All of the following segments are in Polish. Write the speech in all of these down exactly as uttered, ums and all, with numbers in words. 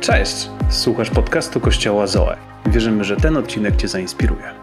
Cześć! Słuchasz podcastu Kościoła Zoe. Wierzymy, że ten odcinek Cię zainspiruje.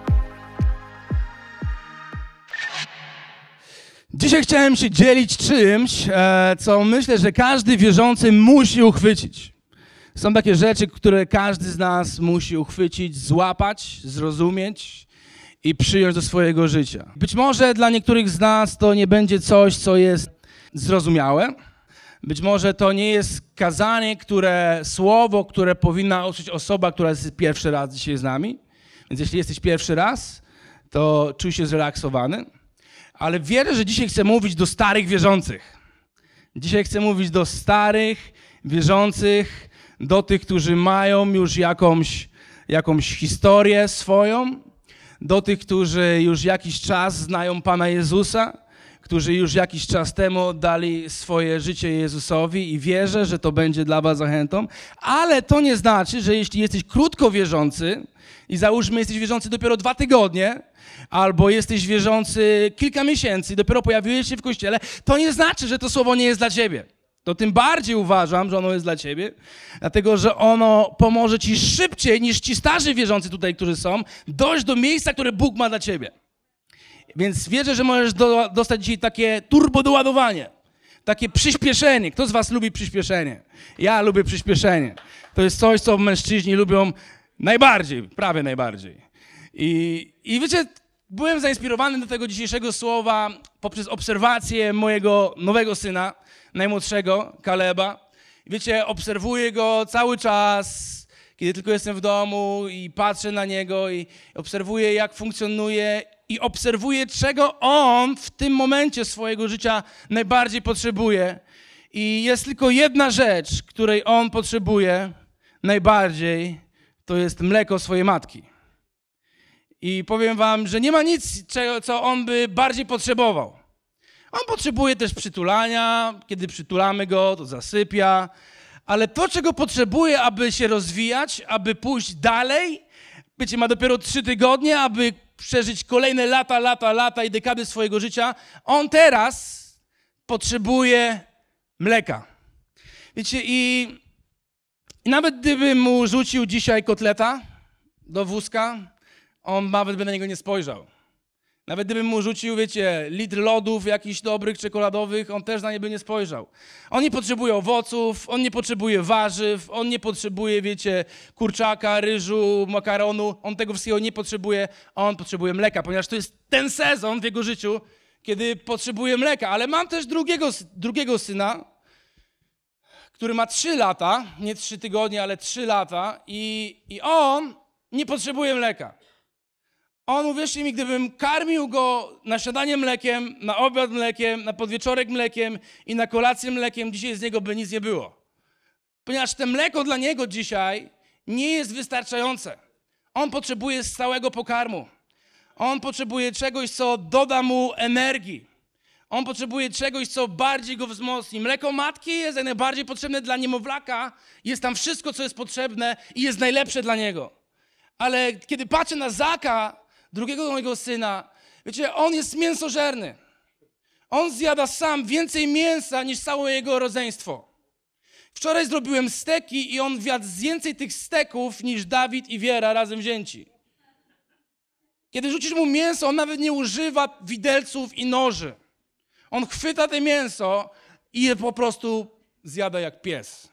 Dzisiaj chciałem się dzielić czymś, co myślę, że każdy wierzący musi uchwycić. Są takie rzeczy, które każdy z nas musi uchwycić, złapać, zrozumieć i przyjąć do swojego życia. Być może dla niektórych z nas to nie będzie coś, co jest zrozumiałe. Być może to nie jest kazanie, które, słowo, które powinna usłyszeć osoba, która jest pierwszy raz dzisiaj z nami. Więc jeśli jesteś pierwszy raz, to czuj się zrelaksowany. Ale wierzę, że dzisiaj chcę mówić do starych wierzących. Dzisiaj chcę mówić do starych wierzących, do tych, którzy mają już jakąś, jakąś historię swoją, do tych, którzy już jakiś czas znają Pana Jezusa, którzy już jakiś czas temu oddali swoje życie Jezusowi i wierzę, że to będzie dla was zachętą, ale to nie znaczy, że jeśli jesteś krótko wierzący i załóżmy jesteś wierzący dopiero dwa tygodnie, albo jesteś wierzący kilka miesięcy i dopiero pojawiłeś się w kościele, to nie znaczy, że to słowo nie jest dla ciebie. To tym bardziej uważam, że ono jest dla ciebie, dlatego że ono pomoże ci szybciej niż ci starzy wierzący tutaj, którzy są, dojść do miejsca, które Bóg ma dla ciebie. Więc wierzę, że możesz do, dostać dzisiaj takie turbodoładowanie, takie przyspieszenie. Kto z was lubi przyspieszenie? Ja lubię przyspieszenie. To jest coś, co mężczyźni lubią najbardziej, prawie najbardziej. I, i wiecie, byłem zainspirowany do tego dzisiejszego słowa poprzez obserwację mojego nowego syna, najmłodszego, Kaleba. Wiecie, obserwuję go cały czas, kiedy tylko jestem w domu i patrzę na niego i obserwuję, jak funkcjonuje i obserwuję, czego on w tym momencie swojego życia najbardziej potrzebuje. I jest tylko jedna rzecz, której on potrzebuje najbardziej, to jest mleko swojej matki. I powiem wam, że nie ma nic, czego, co on by bardziej potrzebował. On potrzebuje też przytulania, kiedy przytulamy go, to zasypia, ale to, czego potrzebuje, aby się rozwijać, aby pójść dalej, wiecie, ma dopiero trzy tygodnie, aby przeżyć kolejne lata, lata, lata i dekady swojego życia, on teraz potrzebuje mleka. Wiecie, i, i nawet gdybym mu rzucił dzisiaj kotleta do wózka, on nawet by na niego nie spojrzał. Nawet gdybym mu rzucił, wiecie, litr lodów jakichś dobrych, czekoladowych, on też na nie by nie spojrzał. On nie potrzebuje owoców, on nie potrzebuje warzyw, on nie potrzebuje, wiecie, kurczaka, ryżu, makaronu. On tego wszystkiego nie potrzebuje, on potrzebuje mleka, ponieważ to jest ten sezon w jego życiu, kiedy potrzebuje mleka. Ale mam też drugiego, drugiego syna, który ma trzy lata, nie trzy tygodnie, ale trzy lata i, i on nie potrzebuje mleka. On, uwierzcie mi, gdybym karmił go na śniadanie mlekiem, na obiad mlekiem, na podwieczorek mlekiem i na kolację mlekiem, dzisiaj z niego by nic nie było. Ponieważ to mleko dla niego dzisiaj nie jest wystarczające. On potrzebuje stałego pokarmu. On potrzebuje czegoś, co doda mu energii. On potrzebuje czegoś, co bardziej go wzmocni. Mleko matki jest jak najbardziej potrzebne dla niemowlaka. Jest tam wszystko, co jest potrzebne i jest najlepsze dla niego. Ale kiedy patrzę na Zaka, drugiego mojego syna, wiecie, on jest mięsożerny. On zjada sam więcej mięsa niż całe jego rodzeństwo. Wczoraj zrobiłem steki i on zjadł więcej tych steków niż Dawid i Wiera razem wzięci. Kiedy rzucisz mu mięso, on nawet nie używa widelców i noży. On chwyta te mięso i je po prostu zjada jak pies.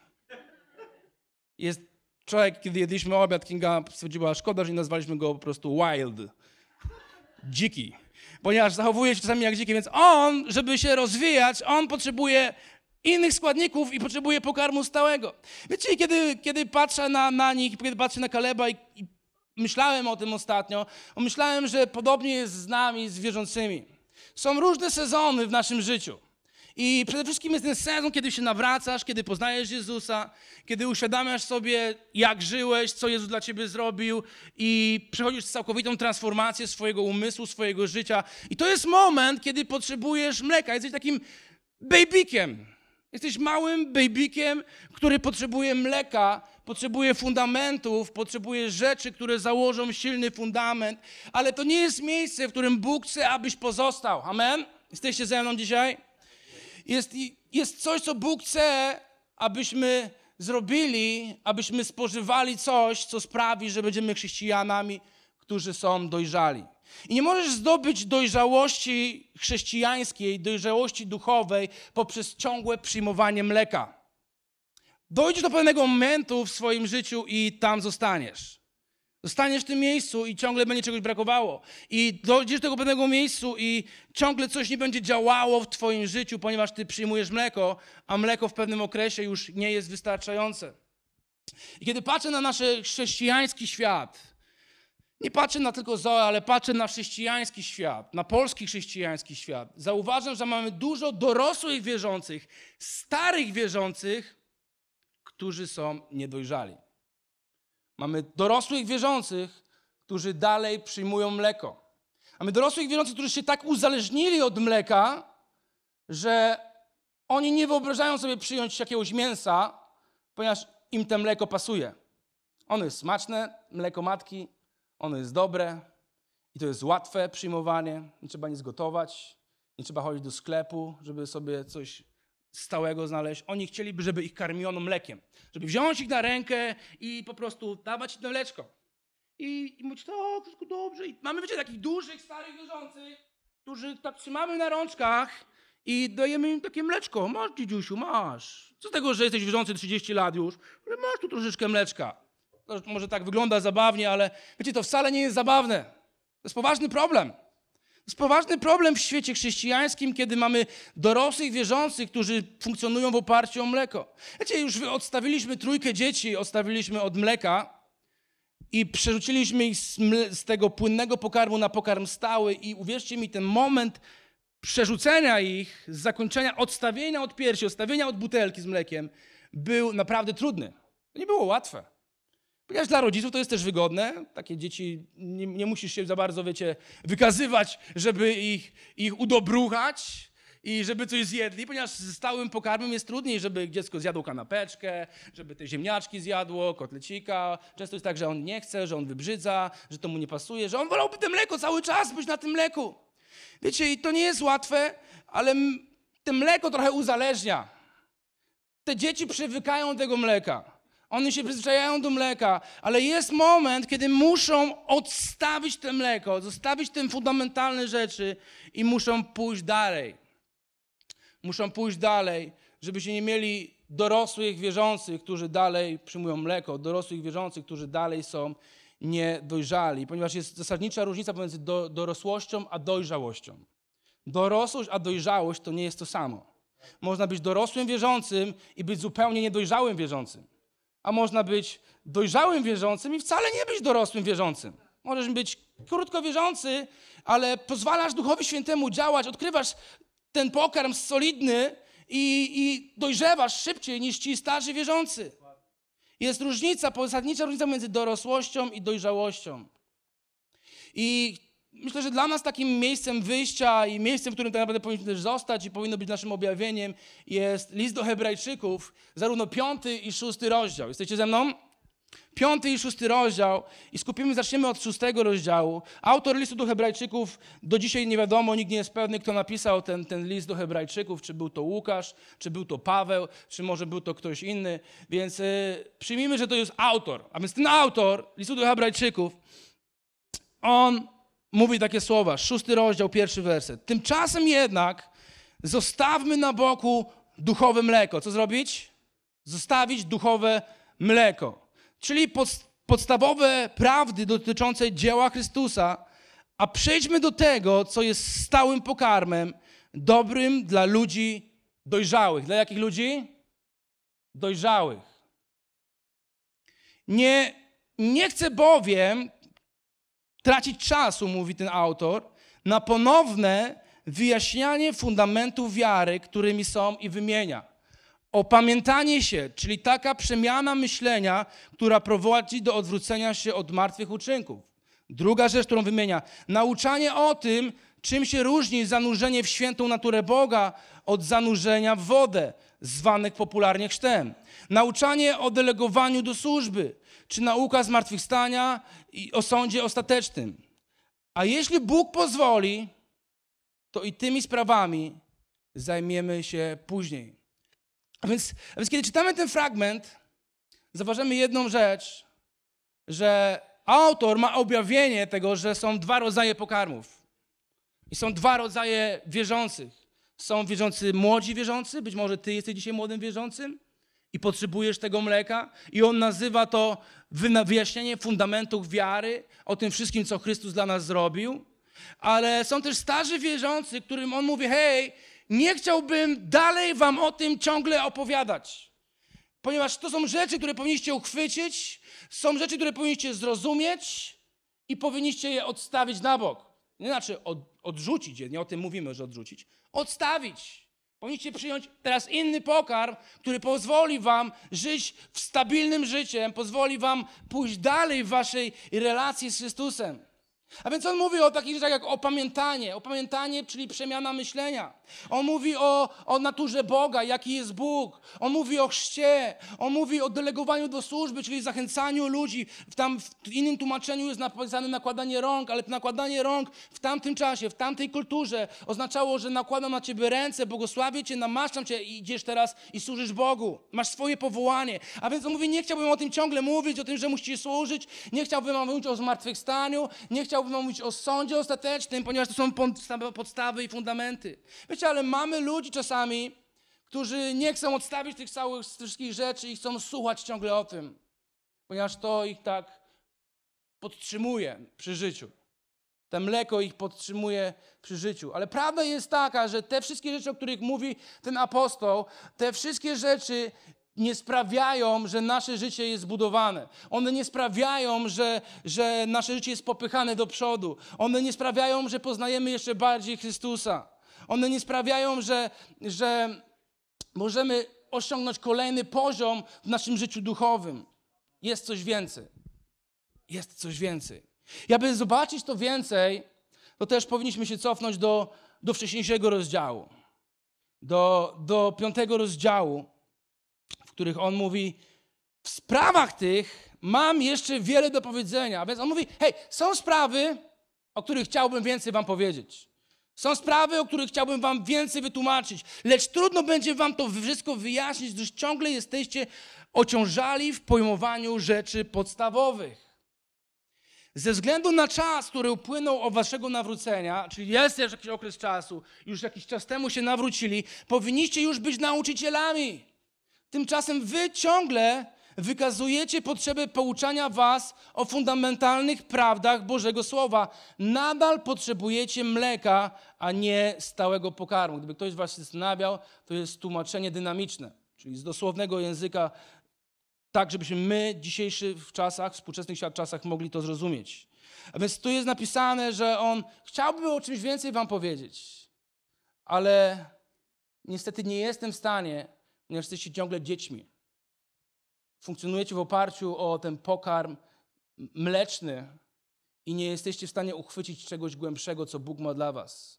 Jest człowiek, kiedy jedliśmy obiad, Kinga stwierdziła, szkoda, że nie nazwaliśmy go po prostu wild. Dziki. Ponieważ zachowuje się czasami jak dziki, więc on, żeby się rozwijać, on potrzebuje innych składników i potrzebuje pokarmu stałego. Wiecie, kiedy, kiedy patrzę na, na nich, kiedy patrzę na Kaleba i, i myślałem o tym ostatnio, myślałem, że podobnie jest z nami, z wierzącymi. Są różne sezony w naszym życiu. I przede wszystkim jest ten sezon, kiedy się nawracasz, kiedy poznajesz Jezusa, kiedy uświadamiasz sobie, jak żyłeś, co Jezus dla ciebie zrobił i przechodzisz całkowitą transformację swojego umysłu, swojego życia. I to jest moment, kiedy potrzebujesz mleka. Jesteś takim babykiem. Jesteś małym babykiem, który potrzebuje mleka, potrzebuje fundamentów, potrzebuje rzeczy, które założą silny fundament. Ale to nie jest miejsce, w którym Bóg chce, abyś pozostał. Amen? Jesteście ze mną dzisiaj? Jest, jest coś, co Bóg chce, abyśmy zrobili, abyśmy spożywali coś, co sprawi, że będziemy chrześcijanami, którzy są dojrzali. I nie możesz zdobyć dojrzałości chrześcijańskiej, dojrzałości duchowej poprzez ciągłe przyjmowanie mleka. Dojdziesz do pewnego momentu w swoim życiu i tam zostaniesz. Zostaniesz w tym miejscu i ciągle będzie czegoś brakowało. I dojdziesz do tego pewnego miejscu i ciągle coś nie będzie działało w twoim życiu, ponieważ ty przyjmujesz mleko, a mleko w pewnym okresie już nie jest wystarczające. I kiedy patrzę na nasz chrześcijański świat, nie patrzę na tylko Zoe, ale patrzę na chrześcijański świat, na polski chrześcijański świat, zauważam, że mamy dużo dorosłych wierzących, starych wierzących, którzy są niedojrzali. Mamy dorosłych wierzących, którzy dalej przyjmują mleko. Mamy dorosłych wierzących, którzy się tak uzależnili od mleka, że oni nie wyobrażają sobie przyjąć jakiegoś mięsa, ponieważ im to mleko pasuje. Ono jest smaczne, mleko matki, ono jest dobre i to jest łatwe przyjmowanie. Nie trzeba nic gotować, nie trzeba chodzić do sklepu, żeby sobie coś stałego znaleźć. Oni chcieliby, żeby ich karmiono mlekiem. Żeby wziąć ich na rękę i po prostu dawać im to mleczko. I, i mówić, tak, wszystko dobrze. I mamy, wiecie, takich dużych, starych wierzących, którzy tak trzymamy na rączkach i dajemy im takie mleczko. Masz, dzidziusiu, masz. Co z tego, że jesteś wierzący trzydzieści lat już, ale masz tu troszeczkę mleczka. To może tak wygląda zabawnie, ale wiecie, to wcale nie jest zabawne. To jest poważny problem. To jest poważny problem w świecie chrześcijańskim, kiedy mamy dorosłych wierzących, którzy funkcjonują w oparciu o mleko. Wiecie, już odstawiliśmy trójkę dzieci, odstawiliśmy od mleka i przerzuciliśmy ich z, mle- z tego płynnego pokarmu na pokarm stały i uwierzcie mi, ten moment przerzucenia ich, z zakończenia, odstawienia od piersi, odstawienia od butelki z mlekiem był naprawdę trudny. To nie było łatwe. Ponieważ dla rodziców to jest też wygodne. Takie dzieci, nie, nie musisz się za bardzo, wiecie, wykazywać, żeby ich, ich udobruchać i żeby coś zjedli, ponieważ ze stałym pokarmem jest trudniej, żeby dziecko zjadło kanapeczkę, żeby te ziemniaczki zjadło, kotlecika. Często jest tak, że on nie chce, że on wybrzydza, że to mu nie pasuje, że on wolałby to mleko cały czas być na tym mleku. Wiecie, i to nie jest łatwe, ale to mleko trochę uzależnia. Te dzieci przywykają do tego mleka. One się przyzwyczajają do mleka, ale jest moment, kiedy muszą odstawić to mleko, zostawić te fundamentalne rzeczy i muszą pójść dalej. Muszą pójść dalej, żebyście nie mieli dorosłych wierzących, którzy dalej przyjmują mleko, dorosłych wierzących, którzy dalej są niedojrzali, ponieważ jest zasadnicza różnica pomiędzy do, dorosłością a dojrzałością. Dorosłość a dojrzałość to nie jest to samo. Można być dorosłym wierzącym i być zupełnie niedojrzałym wierzącym. A można być dojrzałym wierzącym i wcale nie być dorosłym wierzącym. Możesz być krótko wierzący, ale pozwalasz Duchowi Świętemu działać, odkrywasz ten pokarm solidny i, i dojrzewasz szybciej niż ci starzy wierzący. Jest różnica, zasadnicza różnica między dorosłością i dojrzałością. I myślę, że dla nas takim miejscem wyjścia i miejscem, w którym tak naprawdę powinniśmy też zostać i powinno być naszym objawieniem, jest list do Hebrajczyków, zarówno piąty i szósty rozdział. Jesteście ze mną? Piąty i szósty rozdział i skupimy, zaczniemy od szóstego rozdziału. Autor listu do Hebrajczyków, do dzisiaj nie wiadomo, nikt nie jest pewny, kto napisał ten, ten list do Hebrajczyków, czy był to Łukasz, czy był to Paweł, czy może był to ktoś inny, więc yy, przyjmijmy, że to jest autor. A więc ten autor listu do Hebrajczyków, on mówi takie słowa, szósty rozdział, pierwszy werset. Tymczasem jednak zostawmy na boku duchowe mleko. Co zrobić? Zostawić duchowe mleko. Czyli podstawowe prawdy dotyczące dzieła Chrystusa, a przejdźmy do tego, co jest stałym pokarmem, dobrym dla ludzi dojrzałych. Dla jakich ludzi? Dojrzałych. Nie, nie chcę bowiem tracić czasu, mówi ten autor, na ponowne wyjaśnianie fundamentów wiary, którymi są i wymienia. Opamiętanie się, czyli taka przemiana myślenia, która prowadzi do odwrócenia się od martwych uczynków. Druga rzecz, którą wymienia, nauczanie o tym, czym się różni zanurzenie w świętą naturę Boga od zanurzenia w wodę, zwanych popularnie chrztem. Nauczanie o delegowaniu do służby, czy nauka zmartwychwstania i o sądzie ostatecznym. A jeśli Bóg pozwoli, to i tymi sprawami zajmiemy się później. A więc, a więc kiedy czytamy ten fragment, zauważymy jedną rzecz, że autor ma objawienie tego, że są dwa rodzaje pokarmów. I są dwa rodzaje wierzących. Są wierzący młodzi wierzący, być może ty jesteś dzisiaj młodym wierzącym i potrzebujesz tego mleka. I on nazywa to wyjaśnienie fundamentów wiary, o tym wszystkim, co Chrystus dla nas zrobił. Ale są też starzy wierzący, którym on mówi, hej, nie chciałbym dalej wam o tym ciągle opowiadać. Ponieważ to są rzeczy, które powinniście uchwycić, są rzeczy, które powinniście zrozumieć i powinniście je odstawić na bok. Nie znaczy od, odrzucić je, nie o tym mówimy, że odrzucić. Odstawić. Powinniście przyjąć teraz inny pokarm, który pozwoli wam żyć w stabilnym życiem, pozwoli wam pójść dalej w waszej relacji z Chrystusem. A więc on mówi o takich rzeczach jak opamiętanie. Opamiętanie, czyli przemiana myślenia. On mówi o, o naturze Boga, jaki jest Bóg. On mówi o chrzcie. On mówi o delegowaniu do służby, czyli zachęcaniu ludzi. W, tam, w innym tłumaczeniu jest napisane nakładanie rąk, ale to nakładanie rąk w tamtym czasie, w tamtej kulturze oznaczało, że nakładam na ciebie ręce, błogosławię cię, namaszczam cię i idziesz teraz i służysz Bogu. Masz swoje powołanie. A więc on mówi, nie chciałbym o tym ciągle mówić, o tym, że musicie służyć. Nie chciałbym wam mówić o zmartwychwstaniu. Nie chciałbym wam mówić o sądzie ostatecznym, ponieważ to są podstawy i fundamenty. Wiecie, ale mamy ludzi czasami, którzy nie chcą odstawić tych całych wszystkich rzeczy i chcą słuchać ciągle o tym, ponieważ to ich tak podtrzymuje przy życiu. To mleko ich podtrzymuje przy życiu. Ale prawda jest taka, że te wszystkie rzeczy, o których mówi ten apostoł, te wszystkie rzeczy nie sprawiają, że nasze życie jest zbudowane. One nie sprawiają, że, że nasze życie jest popychane do przodu. One nie sprawiają, że poznajemy jeszcze bardziej Chrystusa. One nie sprawiają, że, że możemy osiągnąć kolejny poziom w naszym życiu duchowym. Jest coś więcej. Jest coś więcej. I aby zobaczyć to więcej, to też powinniśmy się cofnąć do, do wcześniejszego rozdziału. Do, do piątego rozdziału, w których on mówi, w sprawach tych mam jeszcze wiele do powiedzenia. A więc on mówi, hej, są sprawy, o których chciałbym więcej wam powiedzieć. Są sprawy, o których chciałbym wam więcej wytłumaczyć, lecz trudno będzie wam to wszystko wyjaśnić, gdyż ciągle jesteście ociążali w pojmowaniu rzeczy podstawowych. Ze względu na czas, który upłynął od waszego nawrócenia, czyli jest już jakiś okres czasu, już jakiś czas temu się nawrócili, powinniście już być nauczycielami. Tymczasem wy ciągle wykazujecie potrzebę pouczania was o fundamentalnych prawdach Bożego Słowa. Nadal potrzebujecie mleka, a nie stałego pokarmu. Gdyby ktoś z was się zastanawiał, to jest tłumaczenie dynamiczne, czyli z dosłownego języka, tak żebyśmy my dzisiejszy w czasach, współczesnych czasach mogli to zrozumieć. A więc tu jest napisane, że on chciałby o czymś więcej wam powiedzieć, ale niestety nie jestem w stanie, ponieważ jesteście ciągle dziećmi. Funkcjonujecie w oparciu o ten pokarm mleczny i nie jesteście w stanie uchwycić czegoś głębszego, co Bóg ma dla was.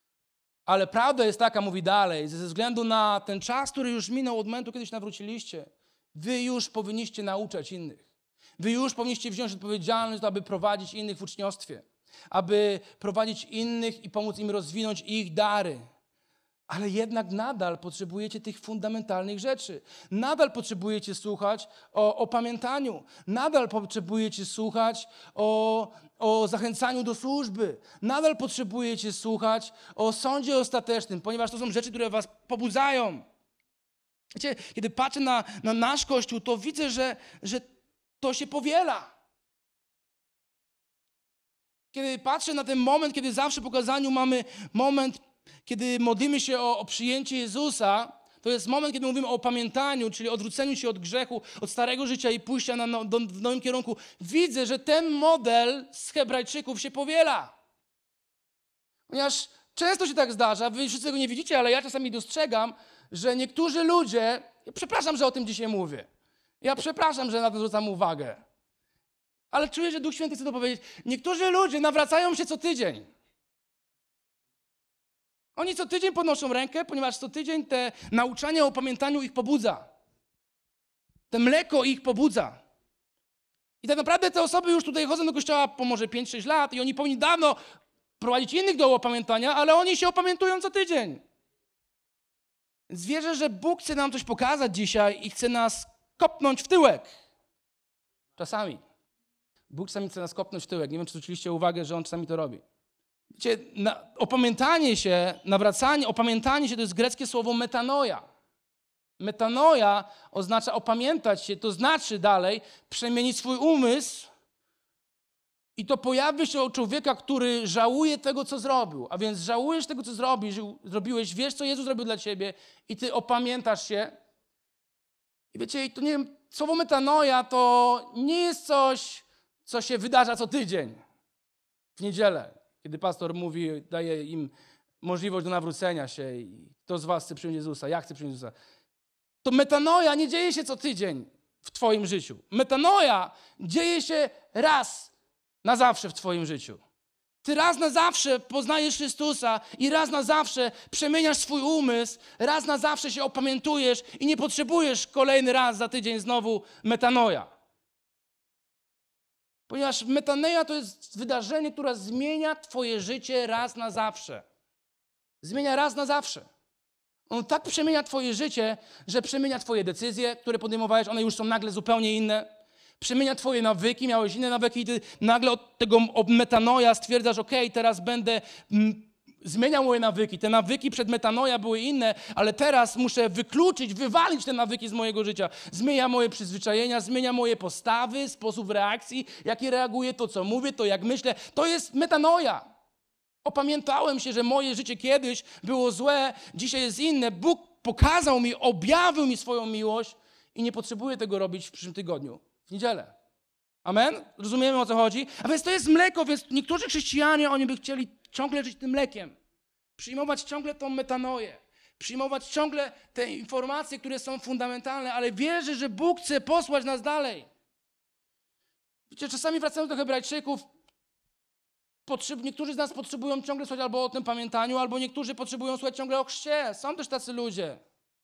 Ale prawda jest taka, mówi dalej, że ze względu na ten czas, który już minął od momentu, kiedy się nawróciliście, wy już powinniście nauczać innych. Wy już powinniście wziąć odpowiedzialność, aby prowadzić innych w uczniostwie, aby prowadzić innych i pomóc im rozwinąć ich dary. Ale jednak nadal potrzebujecie tych fundamentalnych rzeczy. Nadal potrzebujecie słuchać o opamiętaniu. Nadal potrzebujecie słuchać o, o zachęcaniu do służby. Nadal potrzebujecie słuchać o sądzie ostatecznym, ponieważ to są rzeczy, które was pobudzają. Wiecie, kiedy patrzę na, na nasz Kościół, to widzę, że, że to się powiela. Kiedy patrzę na ten moment, kiedy zawsze po kazaniu mamy moment, kiedy modlimy się o, o przyjęcie Jezusa, to jest moment, kiedy mówimy o opamiętaniu, czyli odwróceniu się od grzechu, od starego życia i pójścia na, no, do, w nowym kierunku. Widzę, że ten model z Hebrajczyków się powiela. Ponieważ często się tak zdarza, wy wszyscy tego nie widzicie, ale ja czasami dostrzegam, że niektórzy ludzie, ja przepraszam, że o tym dzisiaj mówię, ja przepraszam, że na to zwracam uwagę, ale czuję, że Duch Święty chce to powiedzieć. Niektórzy ludzie nawracają się co tydzień. Oni co tydzień podnoszą rękę, ponieważ co tydzień te nauczanie o pamiętaniu ich pobudza. Te mleko ich pobudza. I tak naprawdę te osoby już tutaj chodzą do kościoła po może pięć sześć lat i oni powinni dawno prowadzić innych do opamiętania, ale oni się opamiętują co tydzień. Więc wierzę, że Bóg chce nam coś pokazać dzisiaj i chce nas kopnąć w tyłek. Czasami. Bóg czasami chce nas kopnąć w tyłek. Nie wiem, czy zwróciliście uwagę, że On czasami to robi. Wiecie, na, opamiętanie się, nawracanie, opamiętanie się to jest greckie słowo metanoja. Metanoja oznacza opamiętać się, to znaczy dalej przemienić swój umysł i to pojawi się u człowieka, który żałuje tego, co zrobił. A więc żałujesz tego, co zrobisz, zrobiłeś, wiesz, co Jezus zrobił dla ciebie i ty opamiętasz się. I wiecie, to nie wiem, słowo metanoja to nie jest coś, co się wydarza co tydzień w niedzielę, kiedy pastor mówi, daje im możliwość do nawrócenia się i kto z was chce przyjąć Jezusa, ja chcę przyjąć Jezusa. To metanoja nie dzieje się co tydzień w twoim życiu. Metanoja dzieje się raz na zawsze w twoim życiu. Ty raz na zawsze poznajesz Chrystusa i raz na zawsze przemieniasz swój umysł, raz na zawsze się opamiętujesz i nie potrzebujesz kolejny raz za tydzień znowu metanoja. Ponieważ metanoja to jest wydarzenie, które zmienia twoje życie raz na zawsze. Zmienia raz na zawsze. On tak przemienia twoje życie, że przemienia twoje decyzje, które podejmowałeś, one już są nagle zupełnie inne. Przemienia twoje nawyki, miałeś inne nawyki i ty nagle od tego od metanoja stwierdzasz, ok, teraz będę mm, zmieniał moje nawyki. Te nawyki przed metanoja były inne, ale teraz muszę wykluczyć, wywalić te nawyki z mojego życia. Zmienia moje przyzwyczajenia, zmienia moje postawy, sposób reakcji, jaki reaguję, to co mówię, to jak myślę. To jest metanoja. Opamiętałem się, że moje życie kiedyś było złe, dzisiaj jest inne. Bóg pokazał mi, objawił mi swoją miłość i nie potrzebuję tego robić w przyszłym tygodniu, w niedzielę. Amen? Rozumiemy, o co chodzi? A więc to jest mleko, więc niektórzy chrześcijanie, oni by chcieli ciągle żyć tym mlekiem. Przyjmować ciągle tą metanoję. Przyjmować ciągle te informacje, które są fundamentalne, ale wierzę, że Bóg chce posłać nas dalej. Wiecie, czasami wracając do Hebrajczyków, Potrzeb, niektórzy z nas potrzebują ciągle słuchać albo o tym pamiętaniu, albo niektórzy potrzebują słuchać ciągle o chrzcie. Są też tacy ludzie.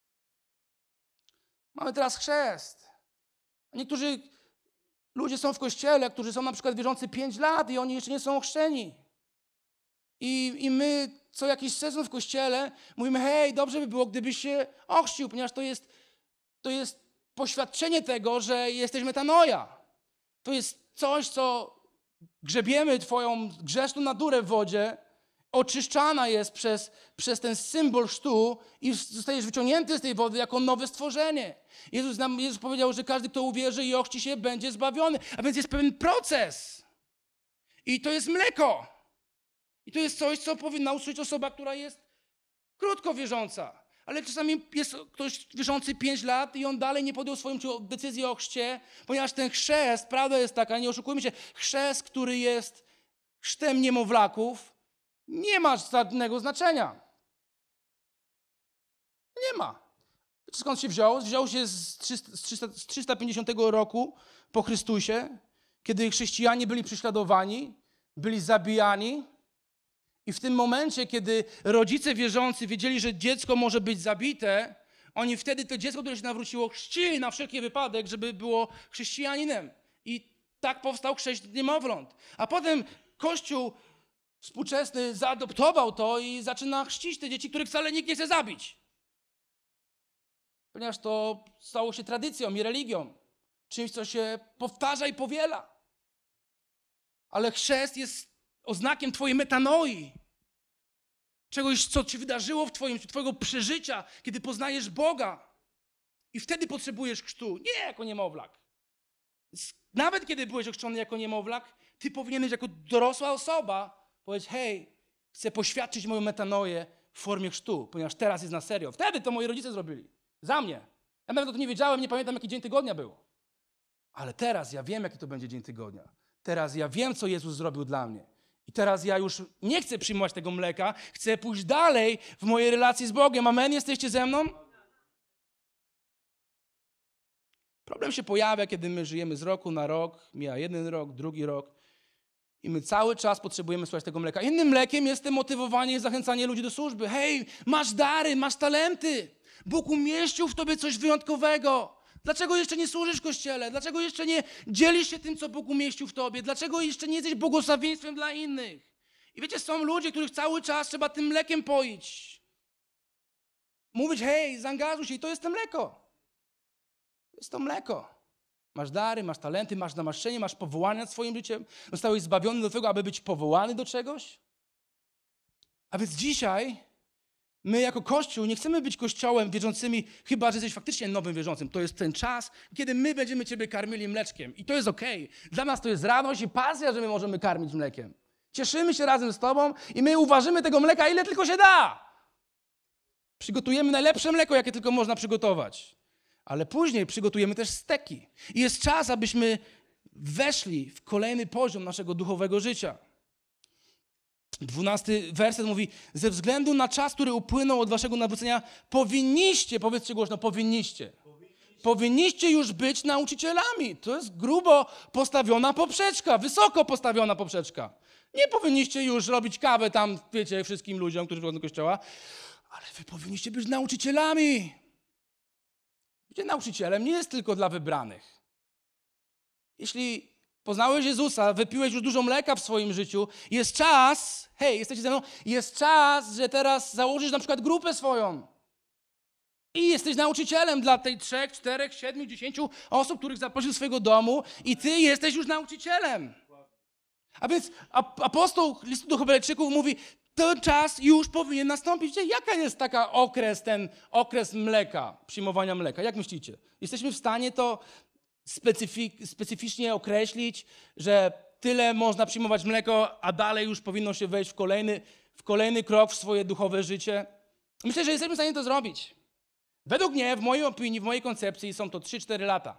Mamy teraz chrzest. A niektórzy ludzie są w kościele, którzy są na przykład wierzący pięć lat i oni jeszcze nie są ochrzczeni. I, I my co jakiś sezon w kościele mówimy, hej, dobrze by było, gdybyś się ochrzcił, ponieważ to jest, to jest poświadczenie tego, że jesteś metanoja. To jest coś, co grzebiemy twoją grzeszną naturę w wodzie, oczyszczana jest przez, przez ten symbol chrztu i zostajesz wyciągnięty z tej wody jako nowe stworzenie. Jezus nam Jezus powiedział, że każdy, kto uwierzy i ochrzci się, będzie zbawiony. A więc jest pewien proces. I to jest mleko. I to jest coś, co powinna usłyszeć osoba, która jest krótko wierząca. Ale czasami jest ktoś wierzący pięć lat i on dalej nie podjął swoją decyzję o chrzcie, ponieważ ten chrzest, prawda jest taka, nie oszukujmy się, chrzest, który jest chrztem niemowlaków, nie ma żadnego znaczenia. Nie ma. Wiecie, skąd się wziął? Wziął się z, trzysta, z trzysta pięćdziesiątego roku po Chrystusie, kiedy chrześcijanie byli prześladowani, byli zabijani. I w tym momencie, kiedy rodzice wierzący wiedzieli, że dziecko może być zabite, oni wtedy to dziecko, które się nawróciło, chrzcili na wszelki wypadek, żeby było chrześcijaninem. I tak powstał chrzest niemowląt. A potem Kościół współczesny zaadoptował to i zaczyna chrzcić te dzieci, których wcale nikt nie chce zabić. Ponieważ to stało się tradycją i religią. Czymś, co się powtarza i powiela. Ale chrzest jest oznakiem twojej metanoi. Czegoś, co ci wydarzyło w twoim, twojego przeżycia, kiedy poznajesz Boga. I wtedy potrzebujesz chrztu. Nie jako niemowlak. Nawet kiedy byłeś ochrzczony jako niemowlak, ty powinieneś jako dorosła osoba powiedzieć, hej, chcę poświadczyć moją metanoję w formie chrztu, ponieważ teraz jest na serio. Wtedy to moi rodzice zrobili. Za mnie. Ja nawet o tym nie wiedziałem, nie pamiętam, jaki dzień tygodnia był. Ale teraz ja wiem, jaki to będzie dzień tygodnia. Teraz ja wiem, co Jezus zrobił dla mnie. I teraz ja już nie chcę przyjmować tego mleka, chcę pójść dalej w mojej relacji z Bogiem. Amen? Jesteście ze mną? Problem się pojawia, kiedy my żyjemy z roku na rok, mija jeden rok, drugi rok i my cały czas potrzebujemy słuchać tego mleka. Innym mlekiem jest motywowanie i zachęcanie ludzi do służby. Hej, masz dary, masz talenty. Bóg umieścił w tobie coś wyjątkowego. Dlaczego jeszcze nie służysz Kościele? Dlaczego jeszcze nie dzielisz się tym, co Bóg umieścił w tobie? Dlaczego jeszcze nie jesteś błogosławieństwem dla innych? I wiecie, są ludzie, których cały czas trzeba tym mlekiem poić. Mówić, hej, zaangażuj się i to jest to mleko. To jest to mleko. Masz dary, masz talenty, masz namaszczenie, masz powołanie nad swoim życiem. Zostałeś zbawiony do tego, aby być powołany do czegoś. A więc dzisiaj my jako Kościół nie chcemy być kościołem wierzącymi, chyba że jesteś faktycznie nowym wierzącym. To jest ten czas, kiedy my będziemy ciebie karmili mleczkiem. I to jest okej. Dla nas to jest radość i pasja, że my możemy karmić mlekiem. Cieszymy się razem z tobą i my uważymy tego mleka, ile tylko się da. Przygotujemy najlepsze mleko, jakie tylko można przygotować. Ale później przygotujemy też steki. I jest czas, abyśmy weszli w kolejny poziom naszego duchowego życia. Dwunasty werset mówi, ze względu na czas, który upłynął od waszego nawrócenia, powinniście, powiedzcie głośno, powinniście. Powinniście, powinniście już być nauczycielami. To jest grubo postawiona poprzeczka, wysoko postawiona poprzeczka. Nie powinniście już robić kawę tam, wiecie, wszystkim ludziom, którzy przychodzą do kościoła, ale wy powinniście być nauczycielami. Bycie nauczycielem nie jest tylko dla wybranych. Jeśli poznałeś Jezusa, wypiłeś już dużo mleka w swoim życiu, jest czas, hej, jesteście ze mną, jest czas, że teraz założysz na przykład grupę swoją. I jesteś nauczycielem dla tej trzech, czterech, siedmiu, dziesięciu osób, których zaprosisz do swojego domu i ty jesteś już nauczycielem. A więc apostoł listu do Hebrajczyków mówi, ten czas już powinien nastąpić. Wiecie, jaka jest taka okres, ten okres mleka, przyjmowania mleka? Jak myślicie? Jesteśmy w stanie to specyfik, specyficznie określić, że tyle można przyjmować mleko, a dalej już powinno się wejść w kolejny, w kolejny krok w swoje duchowe życie? Myślę, że jesteśmy w stanie to zrobić. Według mnie, w mojej opinii, w mojej koncepcji są to trzy cztery lata.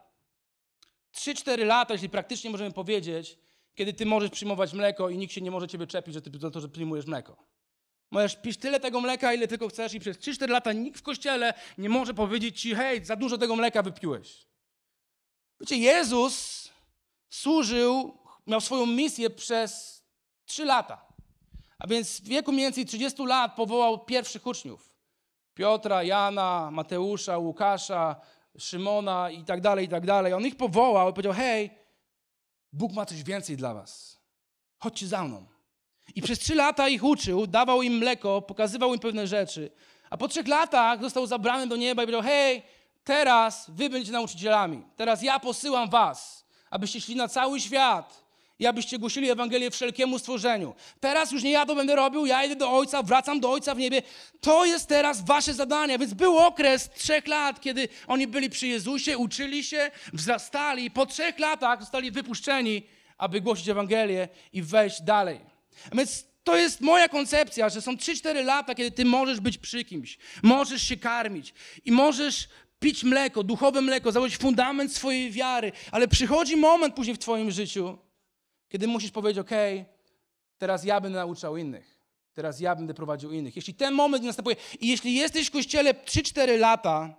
trzy cztery lata, jeśli praktycznie możemy powiedzieć, kiedy ty możesz przyjmować mleko i nikt się nie może ciebie czepić, że ty za to, że przyjmujesz mleko. Możesz pić tyle tego mleka, ile tylko chcesz i przez trzy cztery lata nikt w kościele nie może powiedzieć ci, hej, za dużo tego mleka wypiłeś. Wiecie, Jezus służył, miał swoją misję przez trzy lata. A więc w wieku mniej więcej trzydziestu lat powołał pierwszych uczniów. Piotra, Jana, Mateusza, Łukasza, Szymona i tak dalej, i tak dalej. On ich powołał i powiedział, hej, Bóg ma coś więcej dla was. Chodźcie za mną. I przez trzy lata ich uczył, dawał im mleko, pokazywał im pewne rzeczy. A po trzech latach został zabrany do nieba i powiedział, hej, teraz wy będziecie nauczycielami. Teraz ja posyłam was, abyście szli na cały świat i abyście głosili Ewangelię wszelkiemu stworzeniu. Teraz już nie ja to będę robił, ja idę do Ojca, wracam do Ojca w niebie. To jest teraz wasze zadanie. Więc był okres trzech lat, kiedy oni byli przy Jezusie, uczyli się, wzrastali. Po trzech latach zostali wypuszczeni, aby głosić Ewangelię i wejść dalej. A więc to jest moja koncepcja, że są trzy cztery lata, kiedy ty możesz być przy kimś, możesz się karmić i możesz pić mleko, duchowe mleko, założyć fundament swojej wiary, ale przychodzi moment później w twoim życiu, kiedy musisz powiedzieć, okej, teraz ja będę nauczał innych, teraz ja będę prowadził innych. Jeśli ten moment nie następuje i jeśli jesteś w kościele trzy cztery lata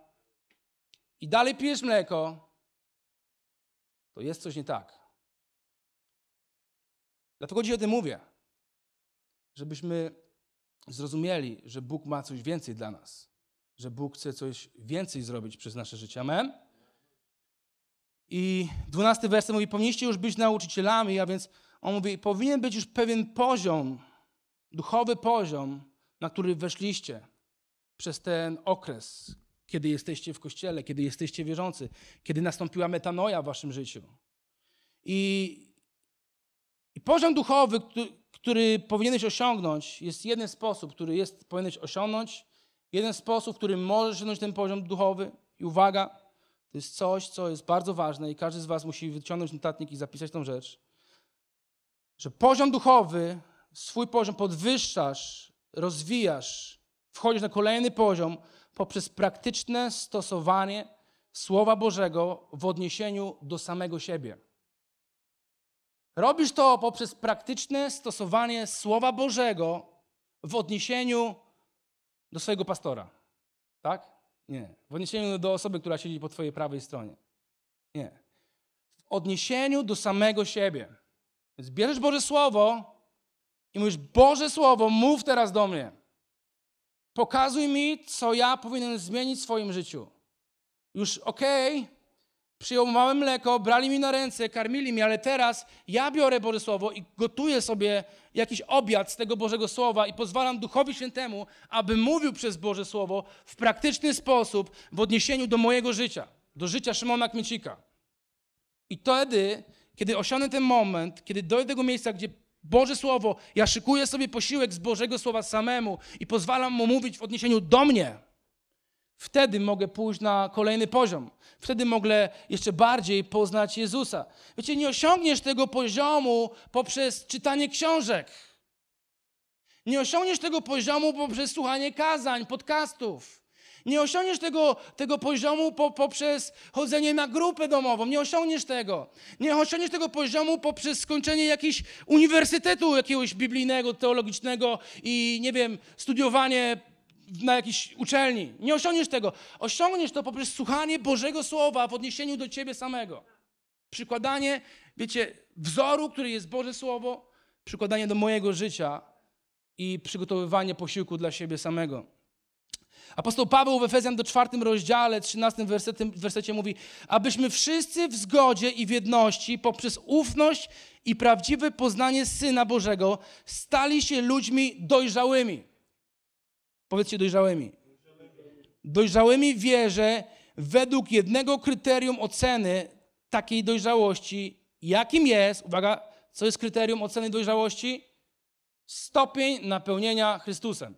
i dalej pijesz mleko, to jest coś nie tak. Dlatego dziś o tym mówię, żebyśmy zrozumieli, że Bóg ma coś więcej dla nas, że Bóg chce coś więcej zrobić przez nasze życie. Amen? I dwunasty werset mówi, powinniście już być nauczycielami, a więc on mówi, powinien być już pewien poziom, duchowy poziom, na który weszliście przez ten okres, kiedy jesteście w kościele, kiedy jesteście wierzący, kiedy nastąpiła metanoja w waszym życiu. I, i poziom duchowy, który, który powinieneś osiągnąć, jest jeden sposób, który jest, powinieneś osiągnąć, jeden sposób, w którym możesz osiągnąć ten poziom duchowy. I uwaga, to jest coś, co jest bardzo ważne i każdy z was musi wyciągnąć notatnik i zapisać tą rzecz, że poziom duchowy, swój poziom podwyższasz, rozwijasz, wchodzisz na kolejny poziom poprzez praktyczne stosowanie Słowa Bożego w odniesieniu do samego siebie. Robisz to poprzez praktyczne stosowanie Słowa Bożego w odniesieniu do swojego pastora. Tak? Nie. W odniesieniu do osoby, która siedzi po twojej prawej stronie. Nie. W odniesieniu do samego siebie. Więc bierzesz Boże Słowo i mówisz, Boże Słowo, mów teraz do mnie. Pokazuj mi, co ja powinienem zmienić w swoim życiu. Już okej, okay, przyjmowałem mleko, brali mi na ręce, karmili mi, ale teraz ja biorę Boże Słowo i gotuję sobie jakiś obiad z tego Bożego Słowa i pozwalam Duchowi Świętemu, aby mówił przez Boże Słowo w praktyczny sposób w odniesieniu do mojego życia. do życia Szymona Kmiecika. I wtedy, kiedy osiągnę ten moment, kiedy dojdę do tego miejsca, gdzie Boże Słowo, ja szykuję sobie posiłek z Bożego Słowa samemu i pozwalam mu mówić w odniesieniu do mnie, wtedy mogę pójść na kolejny poziom. Wtedy mogę jeszcze bardziej poznać Jezusa. Wiecie, nie osiągniesz tego poziomu poprzez czytanie książek. Nie osiągniesz tego poziomu poprzez słuchanie kazań, podcastów. Nie osiągniesz tego, tego poziomu po, poprzez chodzenie na grupę domową. Nie osiągniesz tego. Nie osiągniesz tego poziomu poprzez skończenie jakiegoś uniwersytetu jakiegoś biblijnego, teologicznego i, nie wiem, studiowanie na jakiejś uczelni. Nie osiągniesz tego. Osiągniesz to poprzez słuchanie Bożego Słowa w odniesieniu do ciebie samego. Przykładanie, wiecie, wzoru, który jest Boże Słowo, przykładanie do mojego życia i przygotowywanie posiłku dla siebie samego. Apostoł Paweł w Efezjan do czwartym rozdziale, trzynastym wersecie, wersecie mówi, abyśmy wszyscy w zgodzie i w jedności poprzez ufność i prawdziwe poznanie Syna Bożego stali się ludźmi dojrzałymi. Powiedzcie dojrzałymi. Dojrzałymi w wierze według jednego kryterium oceny takiej dojrzałości, jakim jest, uwaga, co jest kryterium oceny dojrzałości? Stopień napełnienia Chrystusem.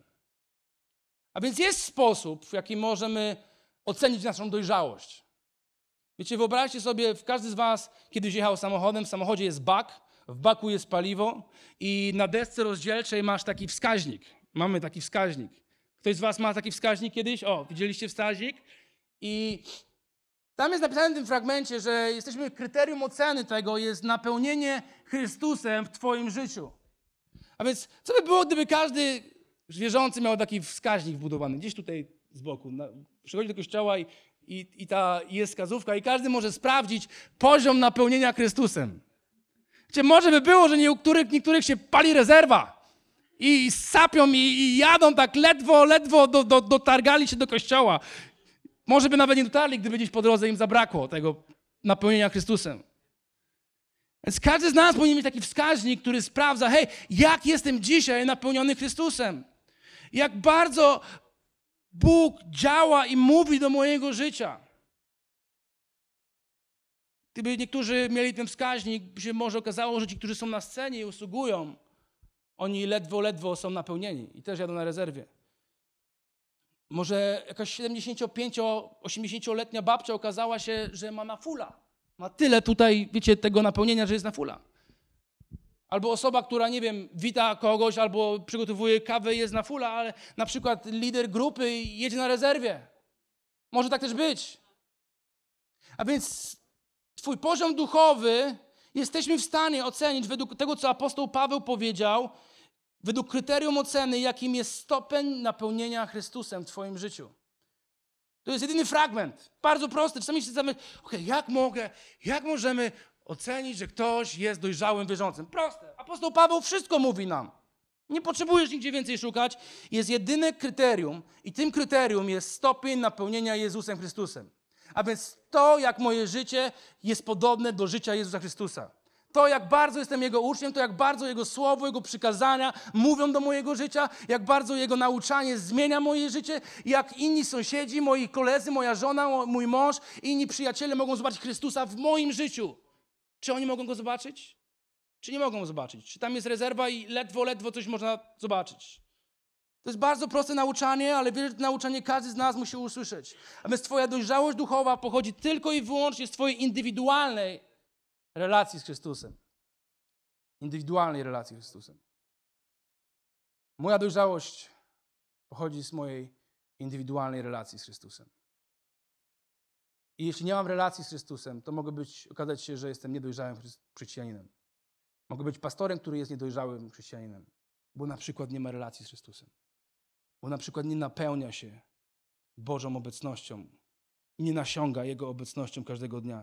A więc jest sposób, w jaki możemy ocenić naszą dojrzałość. Wiecie, wyobraźcie sobie, każdy z was kiedyś jechał samochodem, w samochodzie jest bak, w baku jest paliwo i na desce rozdzielczej masz taki wskaźnik. Mamy taki wskaźnik. Ktoś z was ma taki wskaźnik kiedyś? O, widzieliście wskaźnik? I tam jest napisane w tym fragmencie, że jesteśmy, kryterium oceny tego jest napełnienie Chrystusem w twoim życiu. A więc co by było, gdyby każdy wierzący miał taki wskaźnik wbudowany, gdzieś tutaj z boku. Na, przychodzi do kościoła i, i, i ta jest wskazówka i każdy może sprawdzić poziom napełnienia Chrystusem. Wiecie, może by było, że niektórych, niektórych się pali rezerwa i sapią i, i jadą tak ledwo, ledwo do, do, dotargali się do kościoła. Może by nawet nie dotarli, gdyby gdzieś po drodze im zabrakło tego napełnienia Chrystusem. Więc każdy z nas powinien mieć taki wskaźnik, który sprawdza, hej, jak jestem dzisiaj napełniony Chrystusem? Jak bardzo Bóg działa i mówi do mojego życia. Gdyby niektórzy mieli ten wskaźnik, by się może okazało, że ci, którzy są na scenie i usługują, oni ledwo, ledwo są napełnieni i też jadą na rezerwie. Może jakaś siedemdziesięcio-pięcio-, osiemdziesięcioletnia babcia okazała się, że ma na fula. Ma tyle tutaj, wiecie, tego napełnienia, że jest na fula. Albo osoba, która, nie wiem, wita kogoś albo przygotowuje kawę i jest na fula, ale na przykład lider grupy jedzie na rezerwie. Może tak też być. A więc twój poziom duchowy jesteśmy w stanie ocenić według tego, co apostoł Paweł powiedział, według kryterium oceny, jakim jest stopień napełnienia Chrystusem w twoim życiu. To jest jedyny fragment. Bardzo prosty. Czasami się zastanawiamy, okej, jak mogę, jak możemy ocenić, że ktoś jest dojrzałym wierzącym? Proste. Apostoł Paweł wszystko mówi nam. Nie potrzebujesz nigdzie więcej szukać. Jest jedyne kryterium i tym kryterium jest stopień napełnienia Jezusem Chrystusem. A więc to, jak moje życie jest podobne do życia Jezusa Chrystusa. To, jak bardzo jestem Jego uczniem, to jak bardzo Jego słowo, Jego przykazania mówią do mojego życia, jak bardzo Jego nauczanie zmienia moje życie, jak inni sąsiedzi, moi koledzy, moja żona, mój mąż, inni przyjaciele mogą zobaczyć Chrystusa w moim życiu. Czy oni mogą Go zobaczyć? Czy nie mogą zobaczyć? Czy tam jest rezerwa i ledwo, ledwo coś można zobaczyć? To jest bardzo proste nauczanie, ale wierzę, że to nauczanie każdy z nas musi usłyszeć. A więc twoja dojrzałość duchowa pochodzi tylko i wyłącznie z twojej indywidualnej relacji z Chrystusem. Indywidualnej relacji z Chrystusem. Moja dojrzałość pochodzi z mojej indywidualnej relacji z Chrystusem. I jeśli nie mam relacji z Chrystusem, to mogę być, okazać się, że jestem niedojrzałym chrześcijaninem. Mogę być pastorem, który jest niedojrzałym chrześcijaninem, bo na przykład nie ma relacji z Chrystusem. Bo na przykład nie napełnia się Bożą obecnością i nie nasiąga Jego obecnością każdego dnia.